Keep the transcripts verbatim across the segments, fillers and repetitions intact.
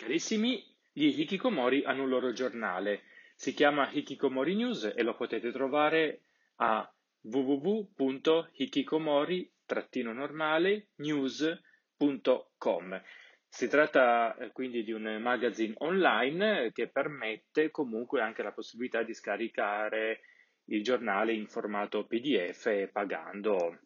Carissimi, gli Hikikomori hanno un loro giornale, si chiama Hikikomori News e lo potete trovare a w w w punto hikikomori-normale news punto com. Si tratta eh, quindi di un magazine online eh, che permette comunque anche la possibilità di scaricare il giornale in formato P D F pagando,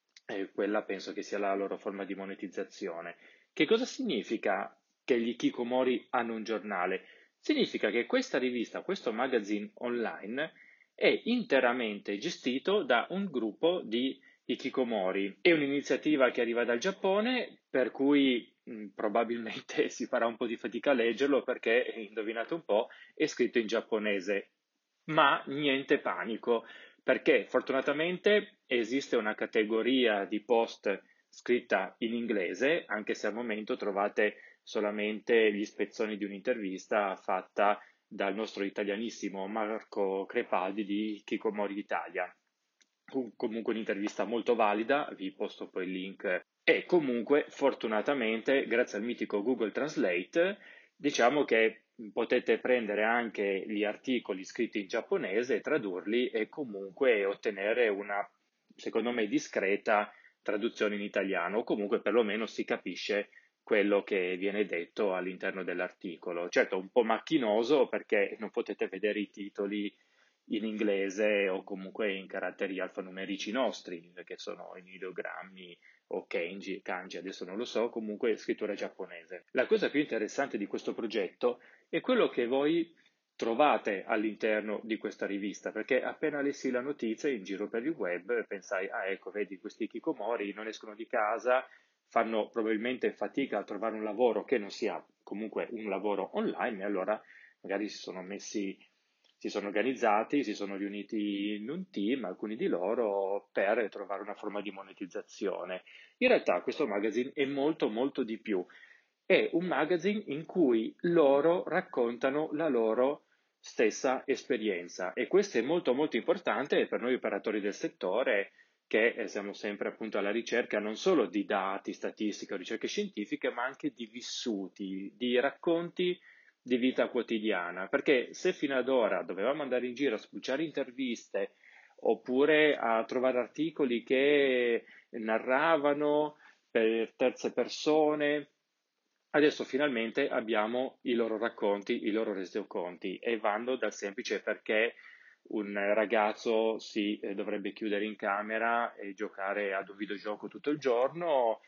e quella penso che sia la loro forma di monetizzazione. Che cosa significa che gli Hikikomori hanno un giornale? Significa che questa rivista, questo magazine online, è interamente gestito da un gruppo di Hikikomori. È un'iniziativa che arriva dal Giappone, per cui mh, probabilmente si farà un po' di fatica a leggerlo perché, indovinate un po', è scritto in giapponese. Ma niente panico, perché fortunatamente esiste una categoria di post scritta in inglese, anche se al momento trovate solamente gli spezzoni di un'intervista fatta dal nostro italianissimo Marco Crepaldi di Kikomori Italia. Comunque un'intervista molto valida, vi posto poi il link. E comunque, fortunatamente, grazie al mitico Google Translate, diciamo che potete prendere anche gli articoli scritti in giapponese, tradurli e comunque ottenere una, secondo me, discreta traduzione in italiano, o comunque perlomeno si capisce quello che viene detto all'interno dell'articolo. Certo, un po' macchinoso perché non potete vedere i titoli in inglese o comunque in caratteri alfanumerici nostri, che sono in ideogrammi o kanji, kanji, adesso non lo so, comunque scrittura giapponese. La cosa più interessante di questo progetto è quello che voi trovate all'interno di questa rivista, perché appena lessi la notizia in giro per il web pensai, ah ecco, vedi, questi hikikomori non escono di casa, fanno probabilmente fatica a trovare un lavoro che non sia comunque un lavoro online, e allora magari si sono messi, si sono organizzati, si sono riuniti in un team, alcuni di loro, per trovare una forma di monetizzazione. In realtà questo magazine è molto molto di più. È un magazine in cui loro raccontano la loro stessa esperienza e questo è molto molto importante per noi operatori del settore che eh, siamo sempre appunto alla ricerca non solo di dati, statistiche o ricerche scientifiche, ma anche di vissuti, di racconti di vita quotidiana, perché se fino ad ora dovevamo andare in giro a spulciare interviste oppure a trovare articoli che narravano per terze persone, adesso finalmente abbiamo i loro racconti, i loro resoconti e vanno dal semplice perché un ragazzo si eh, dovrebbe chiudere in camera e giocare ad un videogioco tutto il giorno,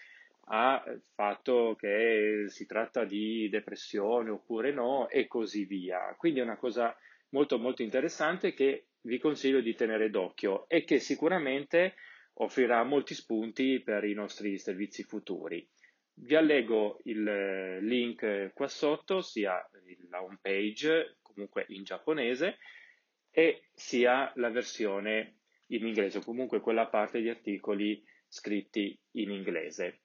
al fatto che si tratta di depressione oppure no, e così via. Quindi è una cosa molto molto interessante che vi consiglio di tenere d'occhio e che sicuramente offrirà molti spunti per i nostri servizi futuri. Vi allego il eh, link qua sotto, sia la home page, comunque in giapponese, e sia la versione in inglese, o comunque quella parte di articoli scritti in inglese.